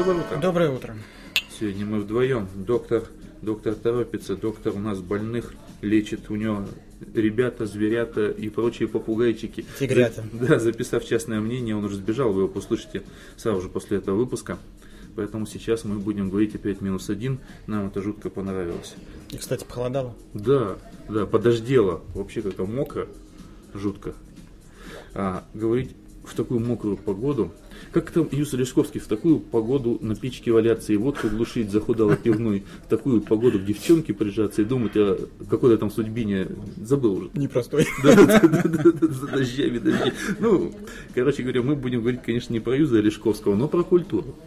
доброе утро. Доброе утро. Сегодня мы вдвоем. Доктор торопится, доктор у нас больных лечит, у него ребята, зверята и прочие попугайчики. Тигрята. Да, записав частное мнение, он уже сбежал, вы его послушайте сразу же после этого выпуска. Поэтому сейчас мы будем говорить опять -1, нам это жутко понравилось. И, кстати, похолодало. Да, подождело, вообще как-то мокро, жутко. Говорить в такую мокрую погоду, как там Юсуп Лешковский, в такую погоду на печке валяться и водку глушить, захудало пивной, в такую погоду к девчонке прижаться и думать о какой-то там судьбине, забыл уже. Непростой. Да, за дождями. Ну, короче говоря, мы будем говорить, конечно, не про Юза Лешковского, но про культуру.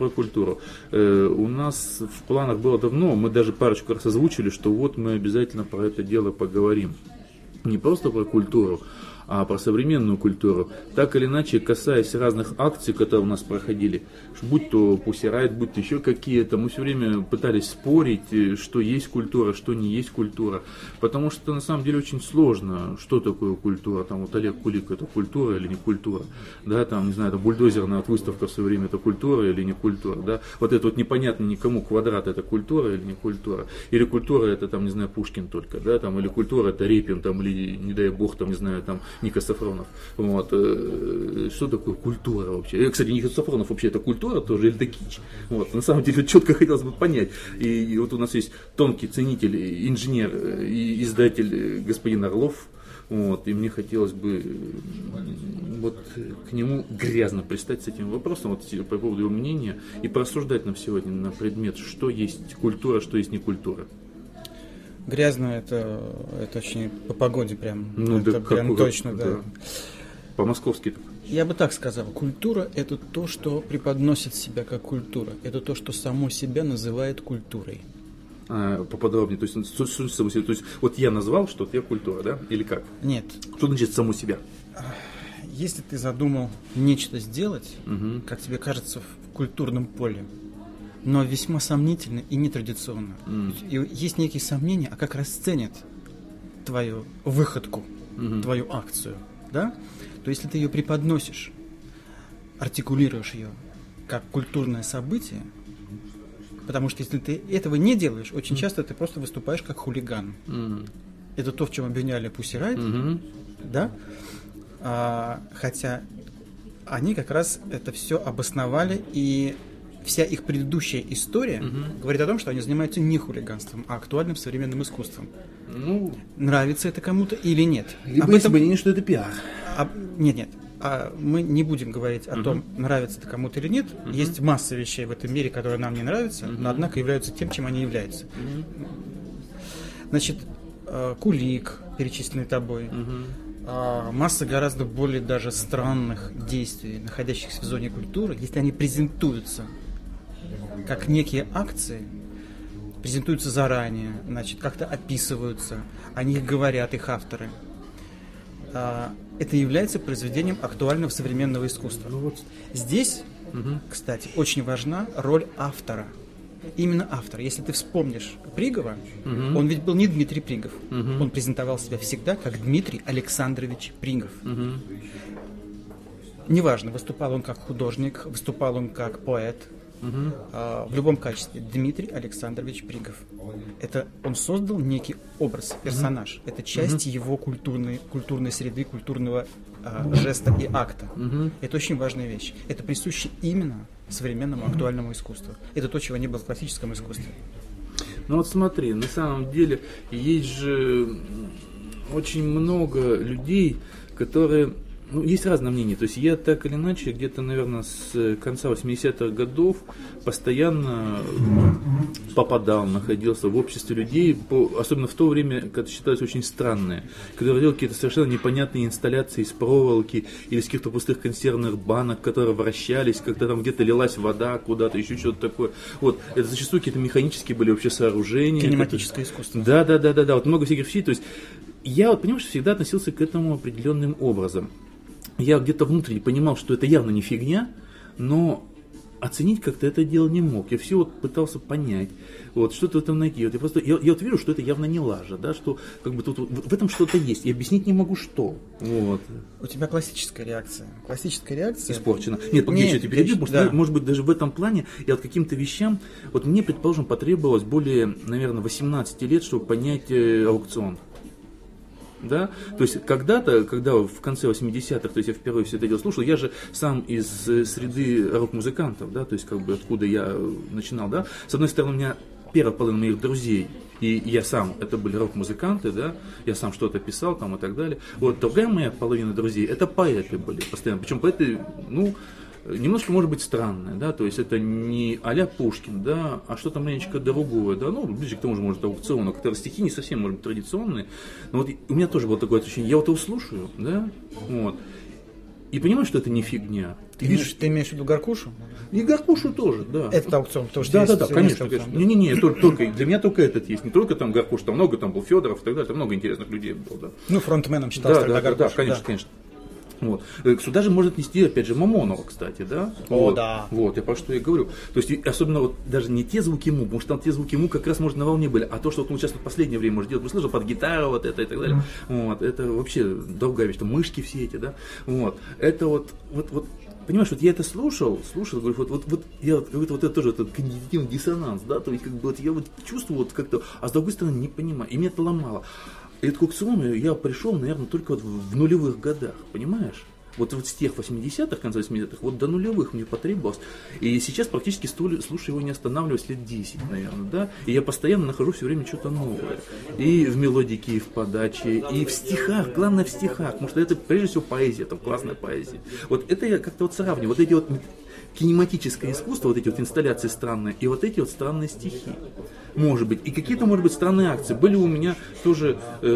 У нас в планах было давно, мы даже парочку раз озвучили, что вот мы обязательно про это дело поговорим. Не просто про культуру, а про современную культуру, так или иначе касаясь разных акций, которые у нас проходили, будь то Pussy Riot, будь то еще какие-то, мы все время пытались спорить, что есть культура, что не есть культура, потому что на самом деле очень сложно, что такое культура, там вот Олег Кулик, это культура или не культура, да, там, не знаю, это бульдозерная выставка в свое время, это культура или не культура, да, вот это вот непонятно никому, квадрат это культура или не культура, или культура это там, не знаю, Пушкин только, да, там, или культура это Репин, там, или, не дай бог, там, не знаю, там, Ника Сафронов. Вот. Что такое культура вообще? Кстати, Ника Сафронов вообще это культура тоже или это кич? Вот. На самом деле четко хотелось бы понять. И вот у нас есть тонкий ценитель, инженер и издатель господин Орлов. Вот. И мне хотелось бы вот к нему грязно пристать с этим вопросом, вот, по поводу его мнения, и порассуждать нам сегодня на предмет, что есть культура, что есть не культура. Грязно это очень по погоде прям. Ну, это да, прям точно, да. По-московски. Я бы так сказал. Культура – это то, что преподносит себя как культура. Это то, что само себя называет культурой. Поподробнее. То есть, вот я назвал что-то, я культура, да? Или как? Нет. Что значит саму себя? Если ты задумал нечто сделать, как тебе кажется, в культурном поле, но весьма сомнительно и нетрадиционно. И есть некие сомнения, а как расценят твою выходку, твою акцию, да? То если ты ее преподносишь, артикулируешь ее как культурное событие, потому что если ты этого не делаешь, очень часто ты просто выступаешь как хулиган. Это то, в чем обвиняли Pussy Riot, да? Хотя они как раз это все обосновали, и вся их предыдущая история говорит о том, что они занимаются не хулиганством, а актуальным современным искусством. Ну, нравится это кому-то или нет. Либо если бы не, что это пиар. Нет. Мы не будем говорить о том, нравится это кому-то или нет. Есть масса вещей в этом мире, которые нам не нравятся, но однако являются тем, чем они являются. Значит, Кулик, перечисленный тобой, масса гораздо более даже странных действий, находящихся в зоне культуры, если они презентуются как некие акции, презентуются заранее, значит, как-то описываются, о них говорят их авторы. Это является произведением актуального современного искусства. Здесь, кстати, очень важна роль автора. Именно автор. Если ты вспомнишь Пригова, он ведь был не Дмитрий Пригов. Он презентовал себя всегда как Дмитрий Александрович Пригов. Неважно, выступал он как художник, выступал он как поэт. В любом качестве Дмитрий Александрович Пригов. Это он создал некий образ, персонаж. Это часть его культурной среды, культурного жеста и акта. Это очень важная вещь. Это присуще именно современному актуальному искусству. Это то, чего не было в классическом искусстве. Ну вот смотри, на самом деле есть же очень много людей, которые... Ну, есть разные мнения. То есть я так или иначе, где-то, наверное, с конца 80-х годов постоянно попадал, находился в обществе людей, особенно в то время, когда считалось очень странное, которые делали какие-то совершенно непонятные инсталляции из проволоки или из каких-то пустых консервных банок, которые вращались, когда там где-то лилась вода куда-то, еще что-то такое. Вот, это зачастую какие-то механические были вообще сооружения. Кинематическое искусство. Да, вот много всяких вещей. То есть я, вот, понимаешь, всегда относился к этому определенным образом. Я где-то внутренне понимал, что это явно не фигня, но оценить как-то это дело не мог. Я все вот пытался понять, вот, что-то там найти. Вот я вот вижу, что это явно не лажа, да, что как бы тут в этом что-то есть. И объяснить не могу, что. Вот. У тебя классическая реакция. Классическая реакция. Испорчена. Нет, погоди, я тебя перебью, потому что, может быть, даже в этом плане я вот каким-то вещам, вот мне, предположим, потребовалось более, наверное, 18 лет, чтобы понять аукцион. Да? То есть когда-то, когда в конце 80-х, то есть я впервые все это дело слушал, я же сам из среды рок-музыкантов, да, то есть как бы откуда я начинал, да. С одной стороны, у меня первая половина моих друзей, и я сам, это были рок-музыканты, да, я сам что-то писал там и так далее. Вот другая моя половина друзей, это поэты были постоянно, причем поэты, ну, немножко может быть странное, да, то есть это не а-ля Пушкин, да, а что-то маленечко другое, да, ну, ближе к тому же, может, аукциону, которые стихи не совсем, может быть, традиционные, но вот у меня тоже было такое ощущение, я вот его слушаю, да, вот, и понимаю, что это не фигня. Ты имеешь в виду Гаркушу? И Гаркушу тоже, да. Этот аукцион, потому что да, конечно. Не, только для меня только этот есть, не только там Гаркуш, там много, там был Федоров и так далее, там много интересных людей было, да. Ну, фронтменом считался тогда Гаркуш. Да, конечно. Вот. Сюда же может нести, опять же, Мамонова, кстати, да? Да. Вот, я про что и говорю. То есть, особенно вот даже не те звуки му, потому что там те звуки му как раз, может, на волне были, а то, что вот он сейчас в последнее время может делать, слышал, под гитару вот это и так далее. Вот, это вообще другая вещь, там мышки все эти, да? Вот, это вот, понимаешь, вот я это слушал, говорю, вот я вот это тоже этот когнитивный диссонанс, да, то есть как бы вот я вот чувствую вот как-то, а с другой стороны не понимаю, и меня это ломало. И к аукциону я пришел, наверное, только вот в нулевых годах, понимаешь? Вот с тех 80-х, конца 80-х, вот до нулевых мне потребовалось. И сейчас практически слушаю его не останавливаясь лет 10, наверное, да? И я постоянно нахожу все время что-то новое. И в мелодике, и в подаче, и в стихах, главное в стихах, потому что это прежде всего поэзия, там классная поэзия. Вот это я как-то вот сравниваю, вот эти вот кинематическое искусство, вот эти вот инсталляции странные, и вот эти вот странные стихи. Может быть. И какие-то, может быть, странные акции. Были у меня тоже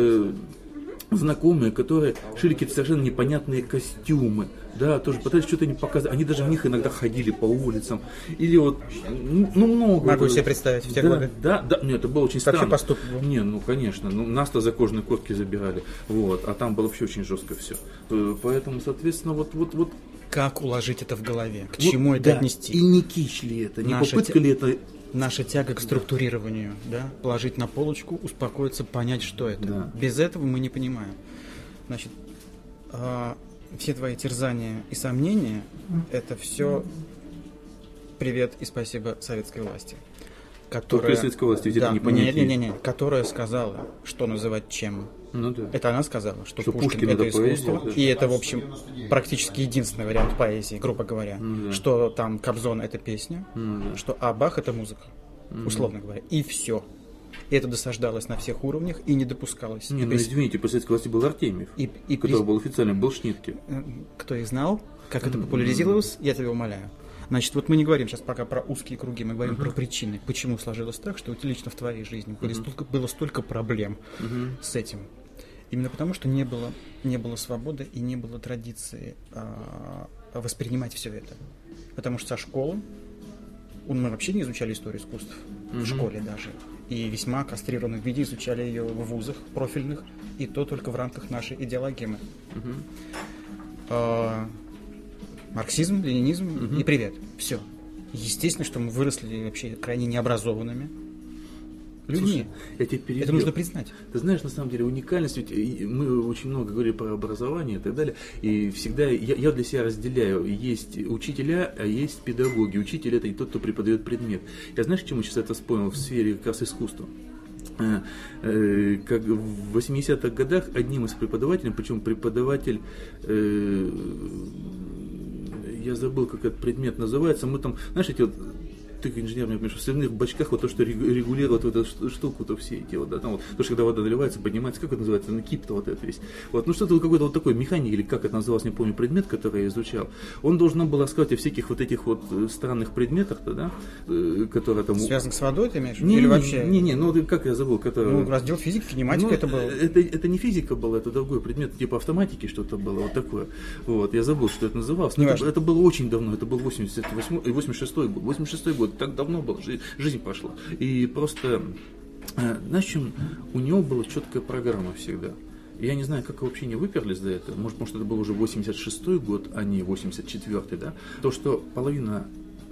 знакомые, которые шили какие-то совершенно непонятные костюмы. Да, тоже пытались что-то не показать. Они даже в них иногда ходили по улицам. Или вот, ну, много. Могу себе представить в те годы. Да, нет, это было очень странно. Вообще поступок был. Не, ну, конечно. Ну, нас-то за кожаные куртки забирали. Вот. А там было вообще очень жестко все. Поэтому, соответственно, вот. Как уложить это в голове? К чему это отнести? И не кич ли это? Не попытка ли это? Наша тяга к структурированию, да? Положить на полочку, успокоиться, понять, что это. Да. Без этого мы не понимаем. Значит, все твои терзания и сомнения, это все привет и спасибо советской власти. Которая советской власти, ведь это не понятие. Не, которая сказала, что называть чем. Ну, да. Это она сказала, что Пушкин это искусство, поэзия, и это, в общем, практически единственный вариант поэзии, грубо говоря, что там Кобзон это песня, что Бах это музыка, условно говоря, и все. И это досаждалось на всех уровнях и не допускалось. Не, ну извините, по советской власти был Артемьев, который был официальным, был Шнитке. Кто их знал, как это популяризировалось, я тебя умоляю. Значит, вот мы не говорим сейчас пока про узкие круги, мы говорим про причины, почему сложилось так, что лично в твоей жизни было столько проблем с этим. Именно потому, что не было свободы и не было традиции воспринимать все это. Потому что со школы мы вообще не изучали историю искусств, в школе даже. И весьма кастрированном виде изучали ее в вузах профильных, и то только в рамках нашей идеологемы. Марксизм, ленинизм и привет. Все. Естественно, что мы выросли вообще крайне необразованными людьми. Слушай, я тебя перебью. Это нужно признать. Ты знаешь, на самом деле, уникальность, ведь мы очень много говорили про образование и так далее, и всегда я для себя разделяю, есть учителя, а есть педагоги. Учитель — это не тот, кто преподает предмет. Я знаешь, к чему сейчас это вспомнил в сфере как раз искусства? Как в 80-х годах одним из преподавателей, причем преподаватель, я забыл, как этот предмет называется, мы там, знаешь, эти вот, ты инженер, мне понимаешь, в сливных бачках вот то, что регулирует вот эту штуку-то все эти вот, да, там вот, то, что когда вода наливается, поднимается, как это называется, накип-то вот это весь. Вот, ну что-то какой-то вот такой механик, или как это называлось, не помню, предмет, который я изучал, он должен был рассказать о всяких вот этих вот странных предметах-то, да, которые там... Связанных с водой, ты имеешь? Или вообще? Не, ну как я забыл, который... Ну, раздел физики, кинематика это было. Это не физика была, это другой предмет, типа автоматики что-то было, вот такое. Вот, я забыл, что это называлось. Это было очень давно, это был 86-й год. 86-й год, так давно было, жизнь пошла. И просто, знаешь, чем у него была четкая программа всегда. Я не знаю, как его вообще не выперлись за это. Может, это был уже 86-й год, а не 84-й, да? То, что половина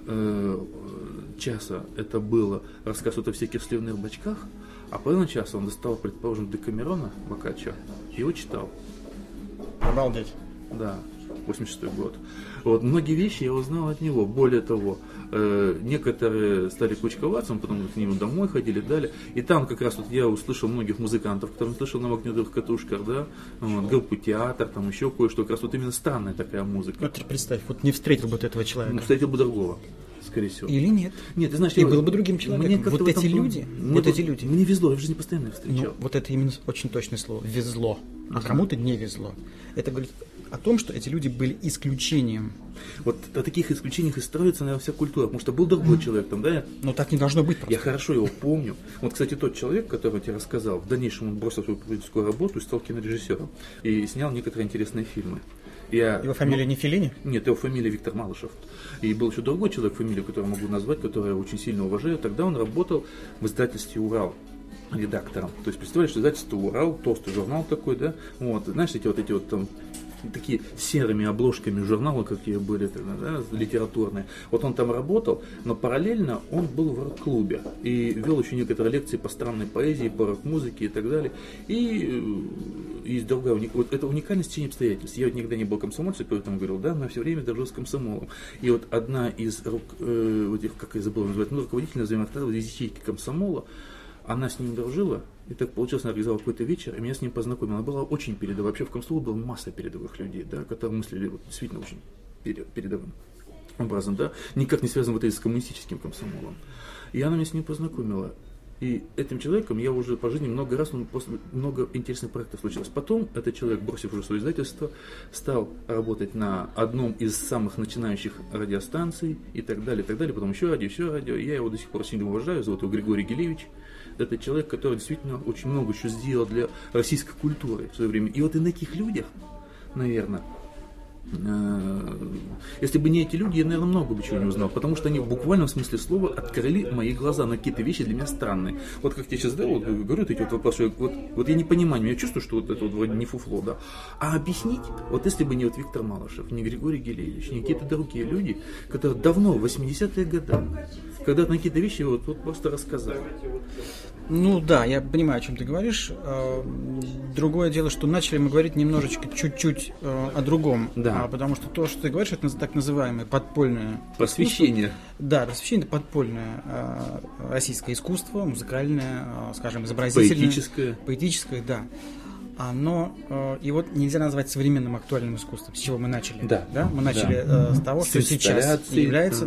часа это было рассказ о всяких сливных бачках, а половина часа он достал, предположим, Декамерона Боккаччо и его читал. Обалдеть. Да, 86-й год. Вот, многие вещи я узнал от него. Более того, некоторые стали кучковаться, мы потом к нему домой ходили, далее. И там как раз вот я услышал многих музыкантов, которые слышал на магнитных катушках, да, вот, группу «Театр», там еще кое-что, как раз вот именно странная такая музыка. Вот представь, вот не встретил бы ты этого человека. Встретил бы другого, скорее всего. Или нет. Нет, ты знаешь, и был бы другим человеком. Вот эти люди, мне везло, я в жизни постоянно их встречал. Ну, вот это именно очень точное слово. Везло. А кому-то не везло. Это говорит о том, что эти люди были исключением. Вот о таких исключениях и строится, наверное, вся культура. Потому что был другой человек там, да? Но так не должно быть просто. Я хорошо его помню. Вот, кстати, тот человек, который я тебе рассказал, в дальнейшем он бросил свою продюсерскую работу и стал кинорежиссером. И снял некоторые интересные фильмы. Его фамилия не Феллини? Нет, его фамилия Виктор Малышев. И был еще другой человек, фамилию которого могу назвать, которого я очень сильно уважаю. Тогда он работал в издательстве «Урал» редактором. То есть, представляешь, издательство «Урал», толстый журнал такой, да? Вот, знаешь, эти вот там такие серыми обложками журнала, какие были тогда, да, литературные. Вот он там работал, но параллельно он был в рок-клубе и вел еще некоторые лекции по странной поэзии, по рок-музыке и так далее. И есть другая, вот это уникальность течения обстоятельств. Я вот никогда не был комсомольцем, поэтому говорил, да, но я все время дружил с комсомолом. И вот одна из как я забыл назвать, руководитель, назовем так, ячейки комсомола, она с ним дружила, и так получилось, она организовала какой-то вечер, и меня с ним познакомила. Она была очень передовая. Вообще в комсомоле была масса передовых людей, да, которые мыслили вот, действительно очень передовым образом, да, никак не связан вот с коммунистическим комсомолом. И она меня с ним познакомила. И этим человеком я уже по жизни много раз, много интересных проектов случилось. Потом этот человек, бросив уже свое издательство, стал работать на одном из самых начинающих радиостанций и так далее, и так далее. Потом еще радио. И я его до сих пор сильно уважаю, зовут его Григорий Гелевич. Это человек, который действительно очень много еще сделал для российской культуры в свое время. И вот и на таких людях, наверное, если бы не эти люди, я, наверное, много бы чего не узнал, потому что они в буквальном смысле слова открыли мои глаза на какие-то вещи для меня странные. Вот как я сейчас говорю, эти вот вопросы, вот я не понимаю, я чувствую, что вот это вот вроде не фуфло, да. А объяснить, вот если бы не вот Виктор Малышев, не Григорий Гелевич, не какие-то другие люди, которые давно, в 80-е годы, когда на какие-то вещи вот просто рассказали. Ну да, я понимаю, о чем ты говоришь. Другое дело, что начали мы говорить немножечко, чуть-чуть о другом. Да. Потому что то, что ты говоришь, это так называемое подпольное просвещение. Да, просвещение – это подпольное российское искусство, музыкальное, скажем, изобразительное. Поэтическое, да. Оно, и вот нельзя назвать современным актуальным искусством, с чего мы начали. Да. Мы начали с того, что сейчас является,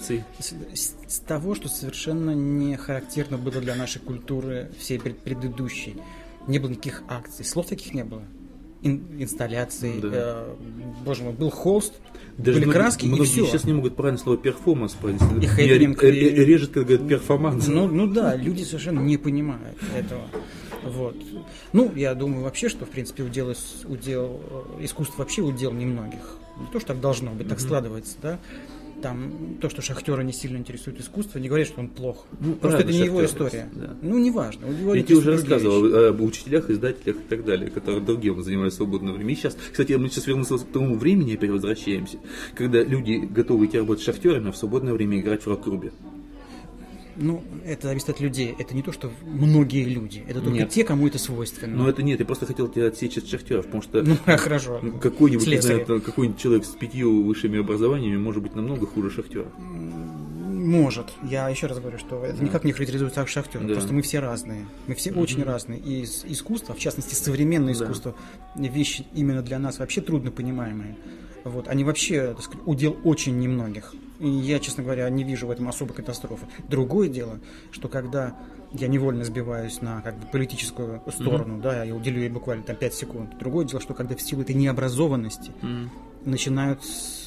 с того, что совершенно не характерно было для нашей культуры всей предыдущей. Не было никаких акций, слов таких не было. Инсталляций, боже мой, был холст, даже были краски и все. Многие сейчас не могут правильно слово перформанс произнести. И хэппининг. Режет, как говорят, перформанс. Ну да, люди совершенно не понимают этого. Вот. Ну, я думаю вообще, что в принципе удел искусство вообще удел немногих. Не то, что так должно быть, так складывается, да. Там то, что шахтера не сильно интересует искусство, не говорит, что он плох. Просто это не его история. Да. Ну, неважно. Я тебе уже рассказывал об учителях, издателях и так далее, которые другим занимались в свободное время. И сейчас, кстати, мы сейчас вернулись к тому времени, опять возвращаемся, когда люди готовы идти работать шахтерами, а в свободное время играть в рок-клубе. Ну, это зависит от людей. Это не то, что многие люди. Это только те, кому это свойственно. Ну, это нет. Я просто хотел тебя отсечь от шахтеров, потому что хорошо. Какой-нибудь человек с 5 высшими образованиями может быть намного хуже шахтера. Может. Я еще раз говорю, что это никак не характеризуется как шахтер. Да. Просто мы все разные. Мы все очень разные. И искусство, в частности, современное искусство, вещи именно для нас вообще трудно понимаемые. Вот. Они вообще, так сказать, удел очень немногих. И я, честно говоря, не вижу в этом особой катастрофы. Другое дело, что когда я невольно сбиваюсь на политическую сторону, да, я уделю ей буквально 5 секунд. Другое дело, что когда в силу этой необразованности начинают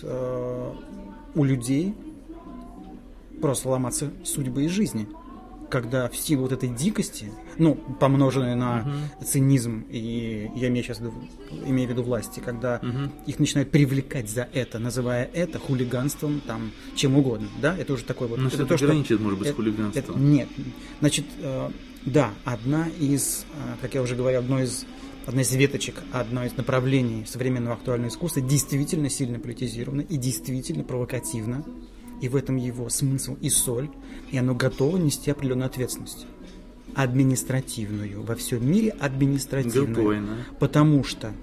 у людей просто ломаться судьбы и жизни. Когда в силу вот этой дикости, помноженной на цинизм, и я имею в виду власти, когда их начинают привлекать за это, называя это хулиганством, чем угодно, да, это уже такой вот... Но это граничит, может быть, с хулиганством. Нет, значит, одна из, как я уже говорил, одна из веточек, одно из направлений современного актуального искусства действительно сильно политизировано и действительно провокативно. и в этом его смысл и соль, и оно готово нести определенную ответственность. Административную. Во всем мире административную. Потому что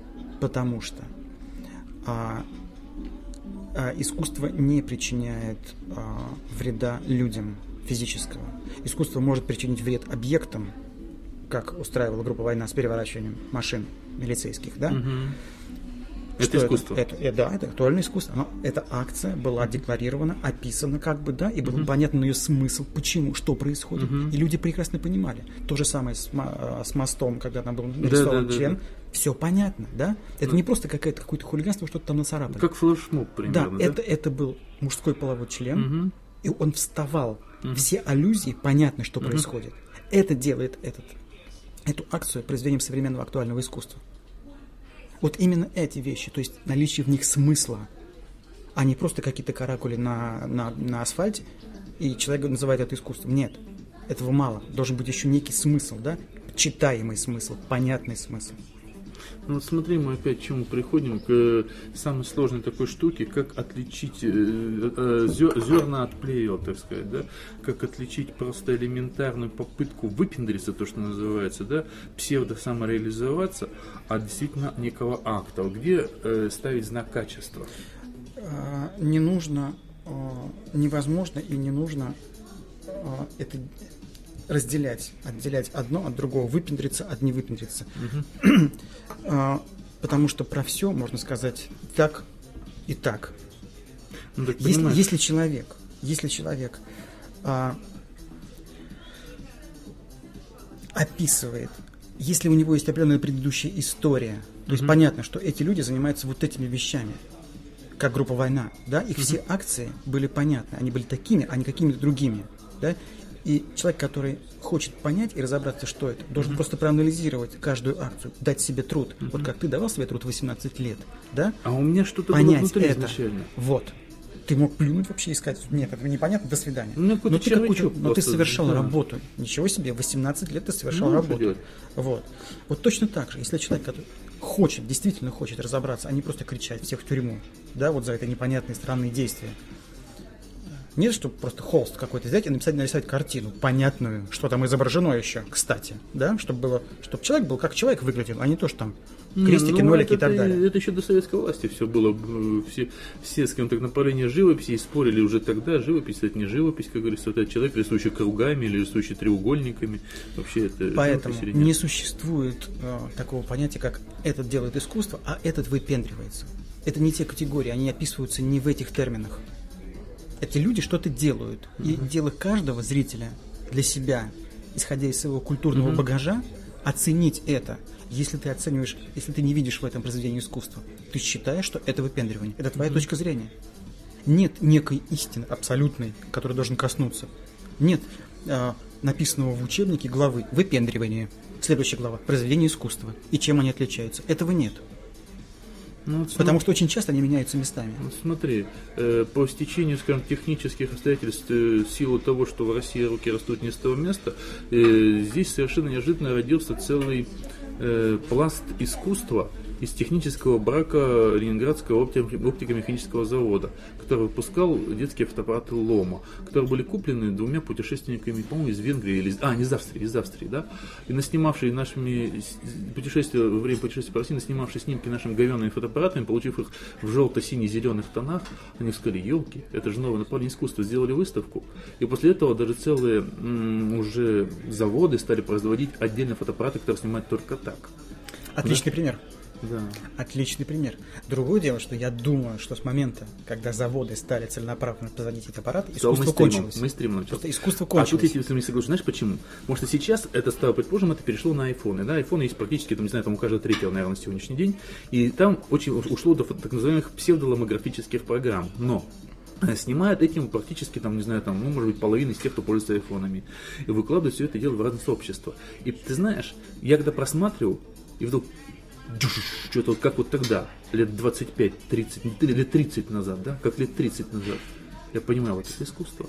искусство не причиняет вреда людям физического. Искусство может причинить вред объектам, как устраивала группа «Война» с переворачиванием машин милицейских, да? Это искусство. Да, это актуальное искусство. Но эта акция была декларирована, описана как бы, да, и был понятен ее смысл, почему, что происходит. И люди прекрасно понимали. То же самое с мостом, когда там был нарисован член. Все понятно, да? Это не просто какое-то хулиганство, что-то там нацарапали. Как флешмоб примерно, да? Это был мужской половой член, и он вставал. Все аллюзии, понятно, что происходит. Это делает эту акцию произведением современного актуального искусства. Вот именно эти вещи, то есть наличие в них смысла, а не просто какие-то каракули на асфальте, и человек называет это искусством. Нет, этого мало. Должен быть еще некий смысл, да? Читаемый смысл, понятный смысл. Ну вот смотри, мы опять к чему приходим, к самой сложной такой штуке, как отличить зерна от плевел, так сказать, да? Как отличить просто элементарную попытку выпендриться, то, что называется, да, псевдо-самореализоваться, от действительно некого акта. Где ставить знак качества? Не нужно, невозможно и не нужно это отделять одно от другого, выпендриться от не выпендриться. Потому что про все можно сказать так и так. Ну, так если человек описывает, если у него есть определенная предыдущая история, то есть понятно, что эти люди занимаются вот этими вещами, как группа «Война», да, их все акции были понятны, они были такими, а не какими-то другими, да. И человек, который хочет понять и разобраться, что это, должен просто проанализировать каждую акцию, дать себе труд. Вот как ты давал себе труд 18 лет, да? А у меня что-то понять было внутри это. изначально. Вот. Ты мог плюнуть вообще и сказать, нет, это непонятно, до свидания. Но ты совершал работу. Ничего себе, 18 лет ты совершал работу. Вот точно так же, если человек, который действительно хочет разобраться, а не просто кричать всех в тюрьму, да, вот за это непонятные странные действия. Нет, чтобы просто холст какой-то взять и нарисовать картину понятную, что там изображено еще, кстати, да, чтобы человек был как человек выглядел, а не то, что там крестики, нолики и так далее. Это еще до советской власти все было. Все, скажем так, направления живописи спорили уже тогда. Живопись — это не живопись, как говорится, это человек, рисующий кругами или рисующий треугольниками. Вообще это. Поэтому не существует такого понятия, как этот делает искусство, а этот выпендривается. Это не те категории, они описываются не в этих терминах. Эти люди что-то делают. И дело каждого зрителя для себя, исходя из своего культурного багажа, оценить это. Если ты не видишь в этом произведении искусства, ты считаешь, что это выпендривание. Это твоя точка зрения. Нет некой истины абсолютной, которой должен коснуться. Нет написанного в учебнике главы «Выпендривание». Следующая глава «Произведение искусства». И чем они отличаются? Этого нет. Потому что очень часто они меняются местами. Смотри, по стечению, скажем, технических обстоятельств, в силу того, что в России руки растут не с того места, здесь совершенно неожиданно родился целый пласт искусства из технического брака Ленинградского оптико-механического завода, который выпускал детские фотоаппараты Лома, которые были куплены двумя путешественниками, по-моему, из Венгрии или из Австрии, да, и наснимавшие нашими во время путешествия по России, наснимавшие снимки нашими говёными фотоаппаратами, получив их в желто-сине-зеленых тонах, они сказали: елки, это же новое направление искусства, сделали выставку, и после этого даже целые уже заводы стали производить отдельные фотоаппараты, которые снимают только так. Отличный пример. Да. Отличный пример. Другое дело, что я думаю, что с момента, когда заводы стали целенаправленно производить эти аппараты, искусство кончилось. Просто искусство кончилось. А тут я с вами соглашусь. Знаешь почему? Потому что сейчас это стало, предположим, это перешло на айфоны. Да, айфоны есть практически, там, не знаю, там у каждого третьего, наверное, на сегодняшний день. И там очень ушло до так называемых псевдоломографических программ. Но снимают этим практически, там, не знаю, там, может быть, половина из тех, кто пользуется айфонами. И выкладывают все это дело в разные сообщества. И ты знаешь, я когда просматривал, и вдруг что-то вот как вот тогда, лет 25-30, лет 30 назад, да, как лет 30 назад, я понимаю, вот это искусство.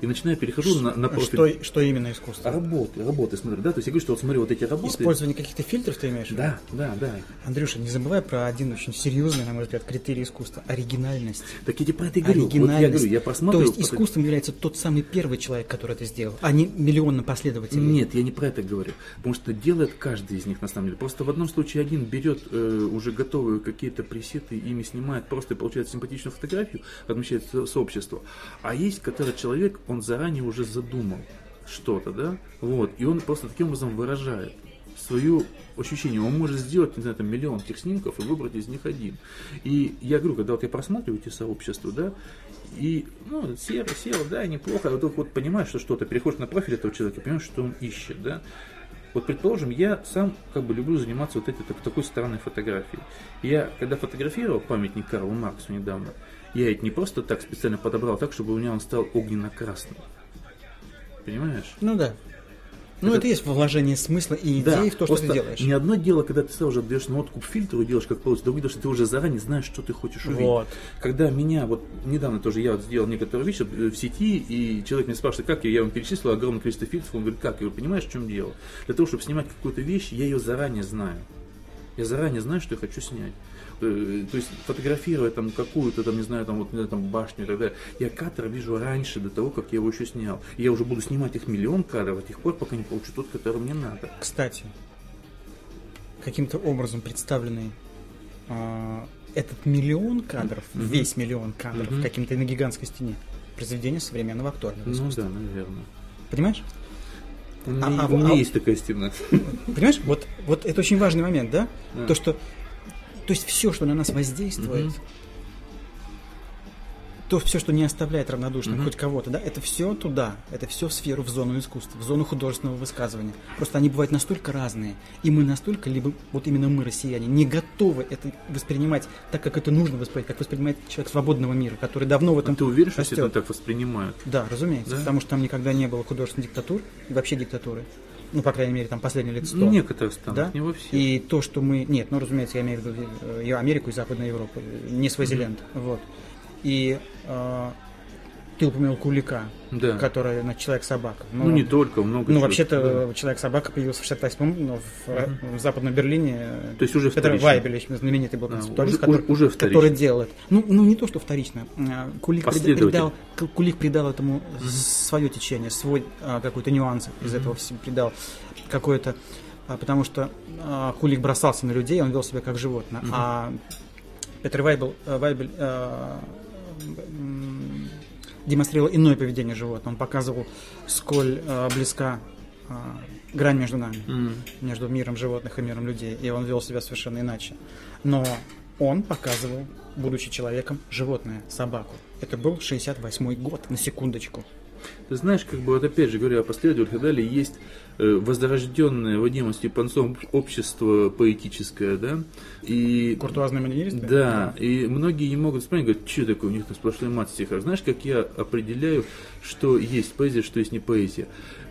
и начинаю перехожу на профиль. Что именно искусство? Работы, смотрю, да, то есть я говорю, что вот смотри, вот эти работы. Использование каких-то фильтров ты имеешь в виду? Да. Андрюша, не забывай про один очень серьезный, на мой взгляд, критерий искусства – оригинальность. Так я тебе про это и говорю. Оригинальность. Вот я просматриваю. То есть искусством является тот самый первый человек, который это сделал, а не миллионы последователей. Нет, я не про это говорю. Потому что делает каждый из них на самом деле. Просто в одном случае один берет уже готовые какие-то пресеты, ими снимает, просто получает симпатичную фотографию, размещает в сообщество. А есть, который человек, он заранее уже задумал что-то, да, вот, и он просто таким образом выражает свое ощущение. Он может сделать, не знаю, там, миллион этих снимков и выбрать из них один. И я говорю, когда вот я просматриваю эти сообщества, да, и, ну, серо, да, неплохо, а вот понимаешь, что что-то, переходишь на профиль этого человека, понимаешь, что он ищет, да. Вот, предположим, я сам как бы люблю заниматься вот такой странной фотографией. Я, когда фотографировал памятник Карлу Марксу недавно, я ведь не просто так специально подобрал так, чтобы у меня он стал огненно-красным. Понимаешь? Ну да. Ну, это есть вложение смысла и идеи в то, что ты делаешь. Не одно дело, когда ты сразу же отдаешь на откуп фильтру и делаешь как получится, другое, что ты уже заранее знаешь, что ты хочешь увидеть. Вот. Когда меня, вот недавно тоже я вот сделал некоторые вещи в сети, и человек меня спрашивает, как я ему перечислил огромное количество фильтров, он говорит, как? Я говорю, понимаешь, в чем дело? Для того, чтобы снимать какую-то вещь, я ее заранее знаю. Я заранее знаю, что я хочу снять. То есть фотографируя там какую-то, там, не знаю, там, вот, не знаю, там, башню и так далее, я кадр вижу раньше, до того, как я его еще снял. И я уже буду снимать их миллион кадров до тех пор, пока не получу тот, который мне надо. Кстати, каким-то образом представленный этот миллион кадров, весь миллион кадров, каким-то на гигантской стене, произведение современного актуального искусства. Ну да, наверное. Понимаешь? У меня есть такая стена. Понимаешь? Вот это очень важный момент, да? То есть все, что на нас воздействует, то все, что не оставляет равнодушным хоть кого-то, да, это все туда, это все в сферу, в зону искусства, в зону художественного высказывания. Просто они бывают настолько разные, и мы настолько, либо вот именно мы, россияне, не готовы это воспринимать так, как это нужно воспринимать, как воспринимает человек свободного мира, который давно в этом ты уверен, что растет. все это так воспринимают? Да, разумеется, да? Потому что там никогда не было художественной диктатуры, и вообще диктатуры. Ну, по крайней мере, там последние лет 100. В некоторых странах, да? не во всех. И то, что мы... Нет, ну, разумеется, я имею в виду Америку и Западную Европу, не Свазиленд. Вот. И ты упомянул Кулика, да. который Человек-собака. Ну, не только, много чего. Ну, вообще-то, Человек-собака появился в 68-м, но в Западном Берлине. То есть уже Петр Вайбель, знаменитый был концептуалист, который делал это. Ну, не то, что вторично. Кулик придал этому свое течение, свой какой-то нюанс из этого придал какое-то... Потому что Кулик бросался на людей, он вел себя как животное. А Петр Вайбель демонстрировал иное поведение животного. Он показывал, сколь близка грань между нами, между миром животных и миром людей. И он вел себя совершенно иначе. Но он показывал, будучи человеком, животное, собаку. Это был 68-й год, на секундочку. Ты знаешь, как бы вот опять же говоря о последователях и далее, есть возрожденное Вадимом Степанцовым общество поэтическое, да, и... Куртуазные манеристы? Да, и многие не могут вспомнить, говорят, что такое, у них там сплошной мат в стихах. Знаешь, как я определяю, что есть поэзия, что есть не поэзия?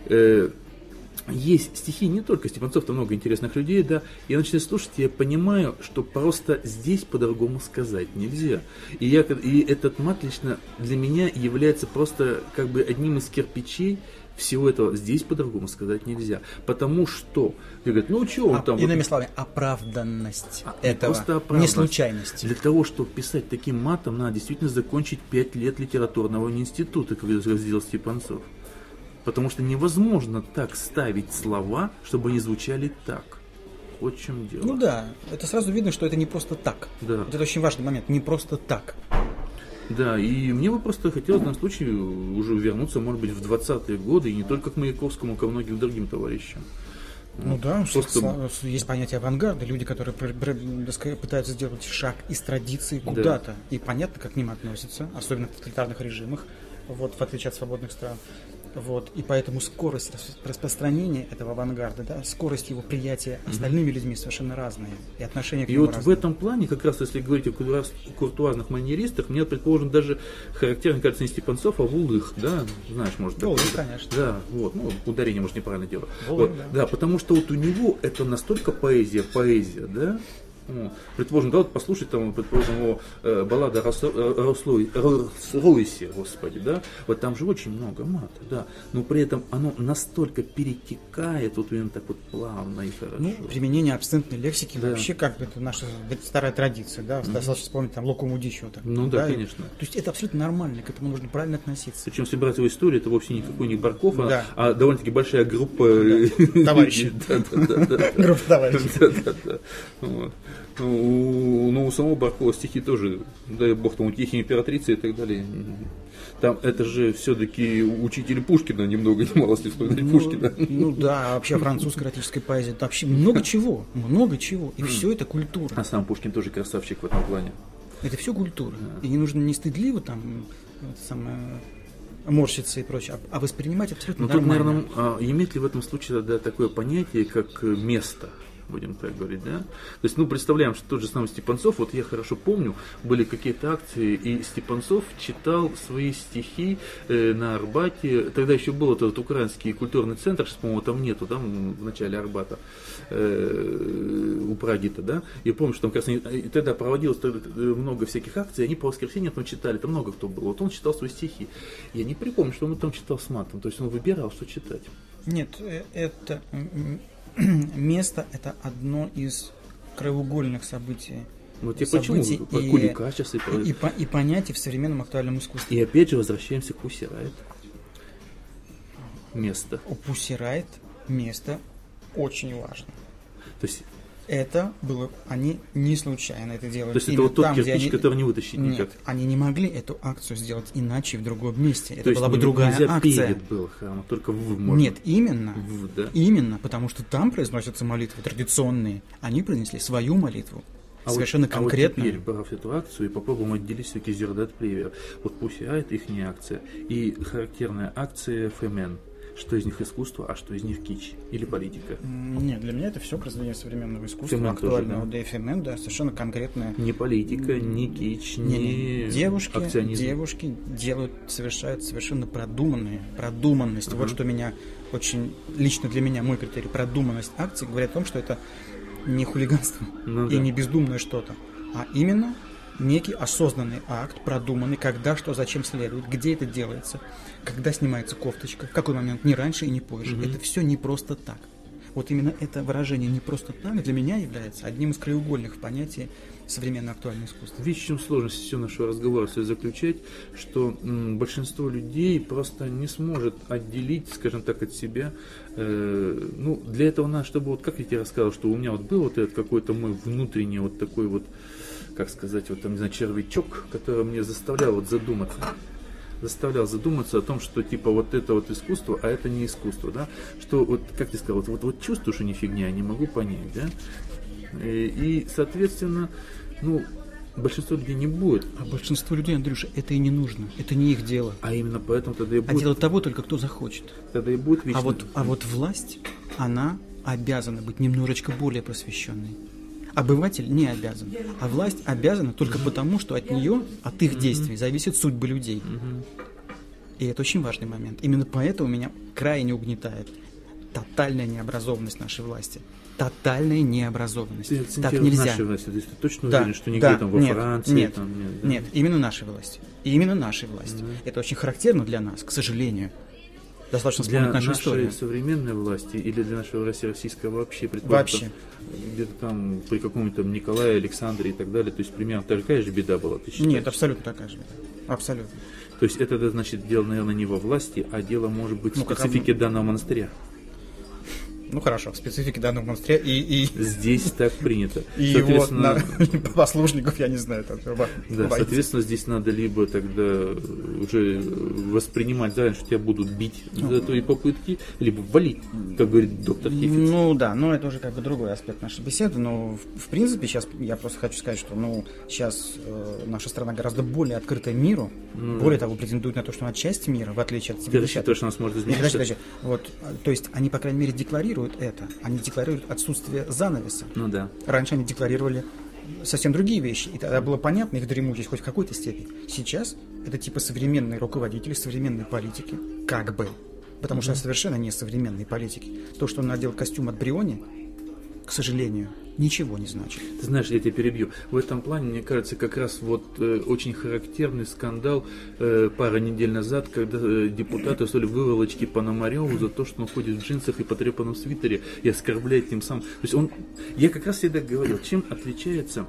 Есть стихи не только Степанцов, там много интересных людей, да, я начинаю слушать, я понимаю, что просто здесь по-другому сказать нельзя. И этот мат лично для меня является просто как бы одним из кирпичей всего этого. Здесь по-другому сказать нельзя. Потому что, говорят, ну что он там... Иными словами, оправданность этого, не случайность. Для того, чтобы писать таким матом, надо действительно закончить 5 лет литературного института, как сделал Степанцов. Потому что невозможно так ставить слова, чтобы они звучали так. Вот в чем дело. Ну да, это сразу видно, что это не просто так. Да. Вот это очень важный момент, не просто так. Да, и мне бы просто хотелось в данном случае уже вернуться, может быть, в 20-е годы, и не только к Маяковскому, а к многим другим товарищам. Ну да, просто... есть понятие авангарда, люди, которые пытаются сделать шаг из традиции куда-то. Да. И понятно, как к ним относятся, особенно в тоталитарных режимах, вот, в отличие от свободных стран. Вот, и поэтому скорость распространения этого авангарда, да, скорость его приятия остальными людьми совершенно разные. И отношения к нему разные. И вот в этом плане, как раз если говорить о куртуазных манеристах, мне, предположим, даже характерно, кажется, не Степанцов, а Вулых, да, знаешь, может быть. Вулых, конечно. Да, вот, ну, ударение, может, неправильно делаю. Вулых, вот, да. Да, потому что вот у него это настолько поэзия, да, Предположим, да, вот послушать там, предположим, баллада Роллс-Ройсе, господи, да, вот там же очень много мата, да, но при этом оно настолько перетекает вот именно так вот плавно и хорошо. Ну, применение абсцентной лексики вообще как бы это наша старая традиция, да, достаточно вспомнить там Луку Мудичева. Ну да, конечно. То есть это абсолютно нормально, к этому нужно правильно относиться. Причем, если брать его историю, это вовсе никакой не Барков, а довольно-таки большая группа товарищей. Группа товарищей. Ну, у самого Баркова стихи тоже, дай бог там, утехи императрицы и так далее. Там это же все-таки учитель Пушкина, ни много ни мало, если вспоминать Пушкина. Ну да, вообще французской эротической поэзии, там вообще много чего. И все это культура. А сам Пушкин тоже красавчик в этом плане. Это все культура. И не нужно не стыдливо там морщиться и прочее, а воспринимать абсолютно нормально. Тут, наверное, имеет ли в этом случае такое понятие, как место? Будем так говорить, да? То есть, представляем, что тот же самый Степанцов, вот я хорошо помню, были какие-то акции, и Степанцов читал свои стихи на Арбате, тогда еще был этот украинский культурный центр, сейчас, по-моему, там нету, там в начале Арбата, у Праги-то, да? Я помню, что там как раз тогда проводилось много всяких акций, они по воскресеньям там читали, там много кто был, вот он читал свои стихи. Я не припомню, что он там читал с матом, то есть он выбирал, что читать. Нет, это... Место – это одно из краеугольных событий. Вот я почему? Кулика сейчас и понятий в современном актуальном искусстве. И опять же возвращаемся к Pussy Riot. Место. У Pussy Riot место очень важно. То есть это было, они не случайно это делали. То есть это вот тот кирпич, который не вытащить никак. Нет, они не могли эту акцию сделать иначе в другом месте. Это была бы другая акция. Перед был храм, только можно. Нет, именно. Да? Именно, потому что там произносятся молитвы традиционные. Они принесли свою молитву. Совершенно конкретно. А вот теперь, брав эту акцию, и попробуем отделить все-таки Зердат Плевер. Вот Pussy Riot, их акция, и характерная акция ФМН. Что из них искусство, а что из них кич или политика? Нет, для меня это все произведение современного искусства, актуального. Да, и ФМН, да, совершенно конкретное. Не политика, не кич, не акционизм. Девушки совершают совершенно продуманность. Вот что меня очень, лично для меня, мой критерий, продуманность акций говорит о том, что это не хулиганство и не бездумное что-то, а именно некий осознанный акт, продуманный, когда, что, зачем следует, где это делается, когда снимается кофточка, в какой момент, не раньше и не позже. Это все не просто так. Вот именно это выражение «не просто так» для меня является одним из краеугольных понятий современного актуального искусства. Видишь, в чем сложность всего нашего разговора заключать, что большинство людей просто не сможет отделить, скажем так, от себя. Для этого надо, чтобы, вот как я тебе рассказал, что у меня вот был вот этот какой-то мой внутренний вот такой вот, как сказать, вот там, не знаю, червячок, который мне заставлял вот задуматься о том, что типа вот это вот искусство, а это не искусство, да, что вот, как ты сказал, вот чувствую, что не фигня, не могу понять, да, и соответственно, большинство людей не будет. А большинство людей, Андрюша, это и не нужно, это не их дело. А именно поэтому тогда и будет. А дело того только, кто захочет. Тогда и будет вечно. А вот власть, она обязана быть немножечко более просвещенной. Обыватель не обязан, а власть обязана только потому, что от нее, от их действий зависит судьба людей. И это очень важный момент. Именно поэтому меня крайне угнетает тотальная необразованность нашей власти. Тотальная необразованность. Так нельзя. Нашей власти, то есть ты точно уверен, что нигде там во Франции? Нет, именно нашей власти. Именно нашей власти. Это очень характерно для нас, к сожалению. Достаточно вспомнить нашу историю. Для нашей современной власти или для нашего российского вообще? Вообще. Где-то там при каком-то Николае, Александре и так далее, то есть примерно такая же беда была, ты считаешь? Нет, абсолютно такая же беда. Абсолютно. То есть это значит дело, наверное, не во власти, а дело может быть в специфике данного монастыря. Ну хорошо, в специфике данного монастыря и здесь так принято. И его послушников, я не знаю. Да, соответственно, здесь надо либо тогда уже воспринимать заранее, что тебя будут бить за твои попытки, либо валить, как говорит доктор Хефиц. Ну да, но это уже как бы другой аспект нашей беседы, но в принципе сейчас я просто хочу сказать, что сейчас наша страна гораздо более открытая миру, более того, претендует на то, что она часть мира, в отличие от цивилизации. То, что она сможет измениться. Вот, то есть они, по крайней мере, декларируют это. Они декларируют отсутствие занавеса. Ну да. Раньше они декларировали совсем другие вещи, и тогда было понятно их дремучесть хоть в какой-то степени. Сейчас это типа современные руководители, современные политики, как бы. Потому что это совершенно не современные политики. То, что он надел костюм от Бриони, к сожалению, ничего не значит. Ты знаешь, я тебя перебью. В этом плане, мне кажется, как раз вот очень характерный скандал пара недель назад, когда депутаты устроили выволочки Пономареву за то, что он ходит в джинсах и потрепанном свитере и оскорбляет тем самым. То есть я как раз всегда говорил, чем отличается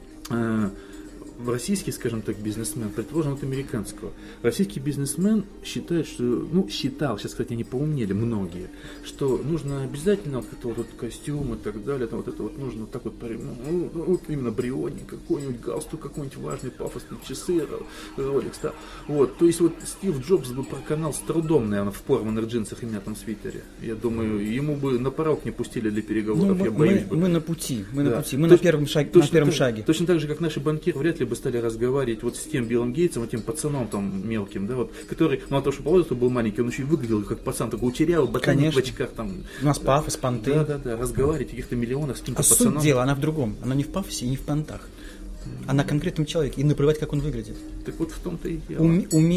российский, скажем так, бизнесмен, предположим, от американского. Российский бизнесмен считает, что, считал, сейчас, кстати, они поумнели, многие, что нужно обязательно вот это вот костюм и так далее, там вот это вот нужно вот так вот, вот именно брионик какой-нибудь, галстук какой-нибудь важный, пафосный, часы, Rolex, да. Вот, то есть вот Стив Джобс бы проканал с трудом, наверное, в порванных джинсах и мятом свитере. Я думаю, ему бы на порог не пустили для переговоров, я боюсь бы. Мы на пути, мы на первом шаге. Точно так же, как наши банкиры вряд ли бы стали разговаривать вот с тем Биллом Гейтсом, вот тем пацаном там мелким, да, вот, который, мало того, что по возрасту был маленький, он еще и выглядел как пацан, такой учерявый, ботаник в очках там. У нас пафос, понты. Да, разговаривать о каких-то миллионах с каким-то пацаном. Суть дела, она в другом, она не в пафосе и не в понтах. Она конкретном человеке, и наплевать, как он выглядит. Так вот в том-то и дело.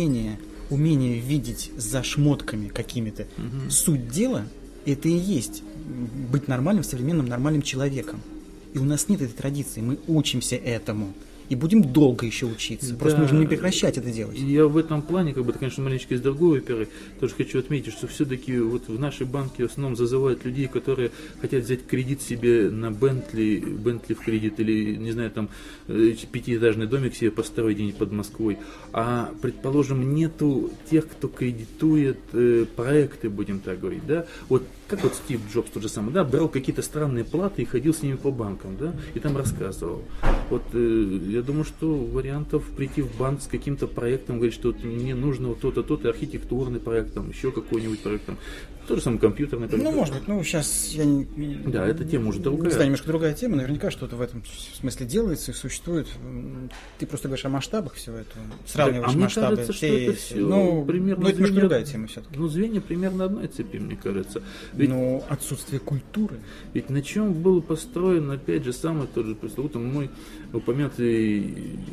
Умение видеть за шмотками какими-то суть дела, это и есть быть нормальным, современным, нормальным человеком. И у нас нет этой традиции, мы учимся этому. И будем долго еще учиться. Да. Просто нужно не прекращать это делать. Я в этом плане, это, конечно, маленечко из другой оперы, тоже хочу отметить, что все-таки вот в нашей банке в основном зазывают людей, которые хотят взять кредит себе на Бентли в кредит, или, не знаю, там, пятиэтажный домик себе построить где-нибудь под Москвой. А, предположим, нету тех, кто кредитует проекты, будем так говорить, да. Вот как вот Стив Джобс тот же самый, да, брал какие-то странные платы и ходил с ними по банкам, да, и там рассказывал. Вот я думаю, что вариантов прийти в банк с каким-то проектом, говорить, что вот мне нужно вот то-то, то-то, архитектурный проект, там, еще какой-нибудь проект, там, то же самое компьютерный проект. Может быть, сейчас я не... Да, эта тема уже другая. Да, немножко другая тема, наверняка что-то в этом смысле делается и существует. Ты просто говоришь о масштабах всего этого, сравниваешь масштабы. Мне кажется, что это все примерно это немножко другая тема все-таки. Звенья примерно одной цепи, мне кажется. Ведь, отсутствие культуры. Ведь на чем был построен, опять же, самый тот же пресловутый мой упомянутый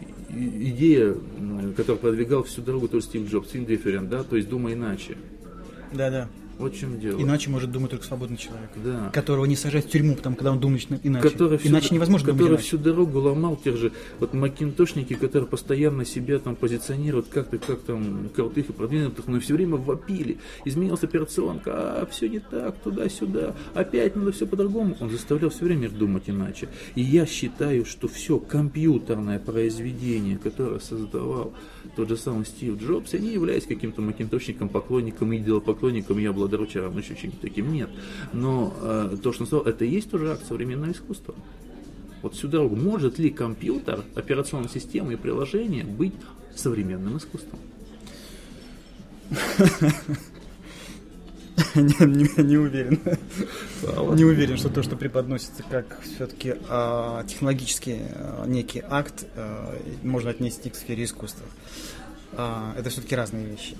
идея, которую продвигал всю дорогу тоже Стив Джобс, think different, да, то есть думай иначе. Да. Вот в чем дело. Иначе может думать только свободный человек, да. Которого не сажать в тюрьму, потому когда он думает иначе. Иначе невозможно думать иначе. Всю дорогу ломал тех же вот макинтошники, которые постоянно себя там позиционируют как-то, как там крутых и продвинутых, но все время вопили. Изменилась операционка, все не так, туда-сюда, опять надо все по-другому. Он заставлял все время думать иначе. И я считаю, что все компьютерное произведение, которое создавал тот же самый Стив Джобс, я не являюсь каким-то макинтошником, поклонником, идолопоклонником, я благодарю равно еще чем-то таким, нет. Но то, что он сказал, это и есть тоже акт современного искусства. Вот всю дорогу. Может ли компьютер, операционная система и приложение быть современным искусством? Не уверен. Не уверен, что то, что преподносится как все-таки технологический некий акт, можно отнести к сфере искусства. Это все-таки разные вещи.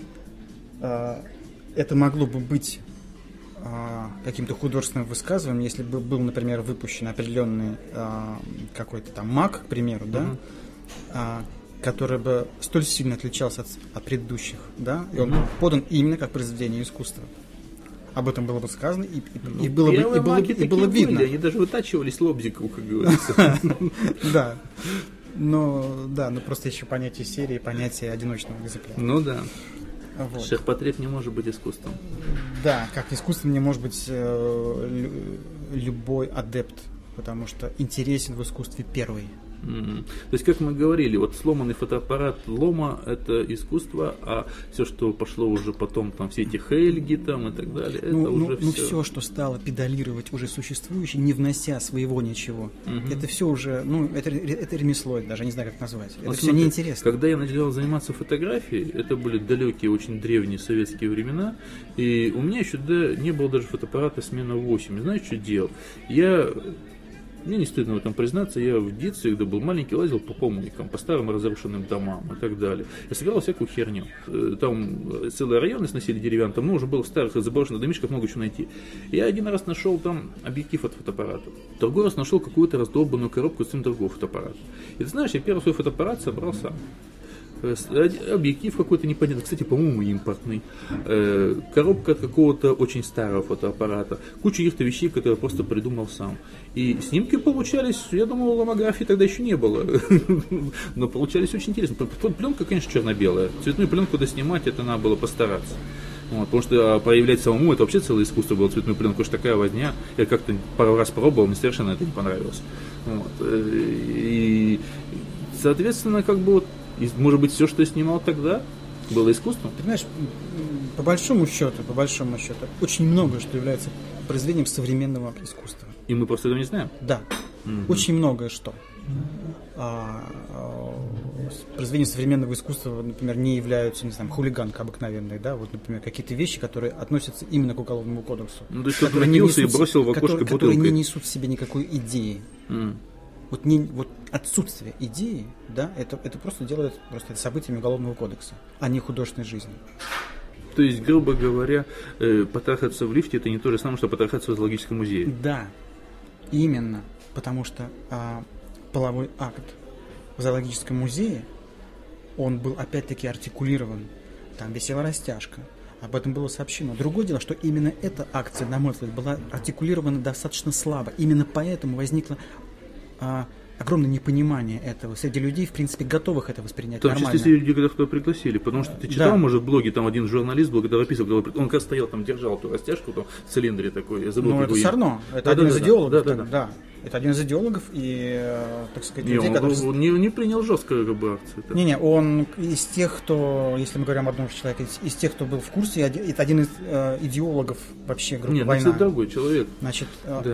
Это могло бы быть каким-то художественным высказыванием, если бы был, например, выпущен определенный какой-то там Mac, к примеру, да, который бы столь сильно отличался от предыдущих, да, и он был подан именно как произведение искусства. Об этом было бы сказано, и было бы видно. Они даже вытачивались лобзиком, как говорится. Да. Но просто еще понятие серии, понятие одиночного экземпляра. Ну да. Вот. Ширпотреб не может быть искусством. Да, как искусством не может быть любой адепт, потому что интересен в искусстве первый. То есть, как мы говорили, вот сломанный фотоаппарат лома – это искусство, а все, что пошло уже потом, там все эти Хейльги там и так далее, это уже все. Все, что стало педалировать уже существующее, не внося своего ничего, это все уже, это ремесло, даже не знаю, как назвать. Это все неинтересно. Когда я начал заниматься фотографией, это были далекие, очень древние советские времена, и у меня еще не было даже фотоаппарата смена 8. Знаешь, что делал? Мне не стыдно в этом признаться, я в детстве, когда был маленький, лазил по помойкам, по старым разрушенным домам и так далее. Я собирал всякую херню. Там целые районы сносили деревянные, там уже было в старых заброшенных домишках много чего найти. Я один раз нашел там объектив от фотоаппарата. Другой раз нашел какую-то раздолбанную коробку с другого фотоаппарата. И ты знаешь, я первый свой фотоаппарат собрал сам. объектив какой-то непонятный, кстати, по-моему, импортный, коробка от какого-то очень старого фотоаппарата, куча каких-то вещей, которые я просто придумал сам. И снимки получались, я думал, ломографии тогда еще не было, но получались очень интересно. Пленка, конечно, черно-белая, цветную пленку доснимать, это надо было постараться. Вот, потому что проявлять самому это вообще целое искусство было, цветную пленку, уж такая возня. Я как-то пару раз пробовал, мне совершенно это не понравилось. Вот. И, соответственно, как бы вот, может быть, все, что я снимал тогда, было искусством. Ты знаешь, по большому счету, очень многое, что является произведением современного искусства. И мы просто этого не знаем? Да. Очень многое что. Произведения современного искусства, например, не являются, не знаю, хулиганкой обыкновенной, да, вот, например, какие-то вещи, которые относятся именно к Уголовному кодексу. Ну, то есть кто-то напился и бросил в окошко бутылкой. Которые не несут в себе никакой идеи. Вот отсутствие идеи, да, это просто делает просто событиями Уголовного кодекса, а не художественной жизни. То есть, грубо говоря, потрахаться в лифте — это не то же самое, что потрахаться в зоологическом музее. Да, именно, потому что половой акт в зоологическом музее, он был опять-таки артикулирован, там висела растяжка, об этом было сообщено. Другое дело, что именно эта акция, на мой взгляд, была артикулирована достаточно слабо. Именно поэтому возникло огромное непонимание этого среди людей, в принципе, готовых это воспринять нормально. В том числе среди людей, которых пригласили, потому что ты читал, да, может, в блоге, там один журналист был, когда описывал, он как стоял, там держал эту растяжку там, в цилиндре такой, я забыл. Ну, это Сарно, это один из идеологов. Да. Это один из идеологов и, так сказать, людей, которые... Он не принял жесткую как бы акцию. Не, он из тех, кто, если мы говорим об одном человеке, из тех, кто был в курсе, это один из идеологов вообще группы «Война». Нет, это другой человек. Значит,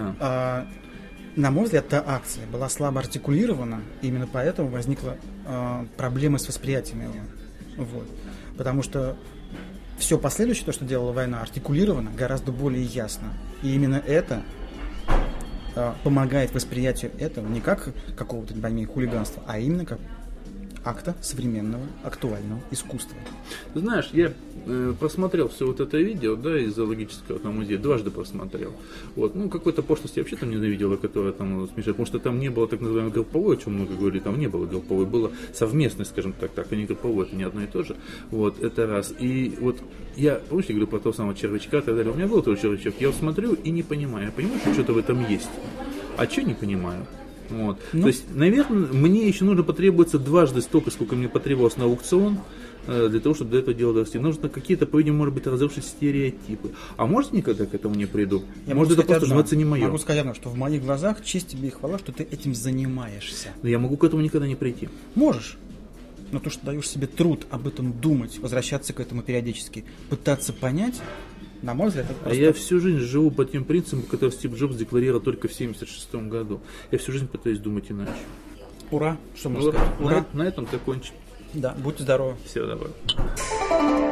на мой взгляд, та акция была слабо артикулирована, и именно поэтому возникла проблема с восприятием его. Вот. Потому что все последующее, то, что делала «Война», артикулировано гораздо более ясно. И именно это помогает восприятию этого не как какого-то, не пойми, хулиганства, а именно как акта современного, актуального искусства. Ты знаешь, я просмотрел все вот это видео, да, из зоологического музея, дважды просмотрел. Вот, ну, какой-то пошлости я вообще там ненавидел, которая там смешает, потому что там не было так называемой групповой, о чем много говорили, там не было групповой, было совместной, скажем так, а не групповой, это не одно и то же. Вот, это раз. И вот я, помнишь, я говорю про того самого червячка и так далее, у меня был тоже червячок, я вот смотрю и не понимаю, я понимаю, что что-то в этом есть, а что не понимаю. Вот. То есть, наверное, мне еще нужно потребуется дважды столько, сколько мне потребовалось на аукцион, для того, чтобы до этого дела дорасти. Нужно какие-то, по-видимому, может быть, разрушить стереотипы. А может, никогда к этому не приду? Может, это просто жматься не мое. Могу сказать одно, что в моих глазах честь тебе и хвала, что ты этим занимаешься. Но я могу к этому никогда не прийти. Можешь. Но то, что даешь себе труд об этом думать, возвращаться к этому периодически, пытаться понять, на мой взгляд, это просто... А я всю жизнь живу по тем принципам, которые Стив Джобс декларировал только в 1976 году. Я всю жизнь пытаюсь думать иначе. Ура! Что можно сказать? Ура! На этом закончим. Да, будьте здоровы. Всего доброго.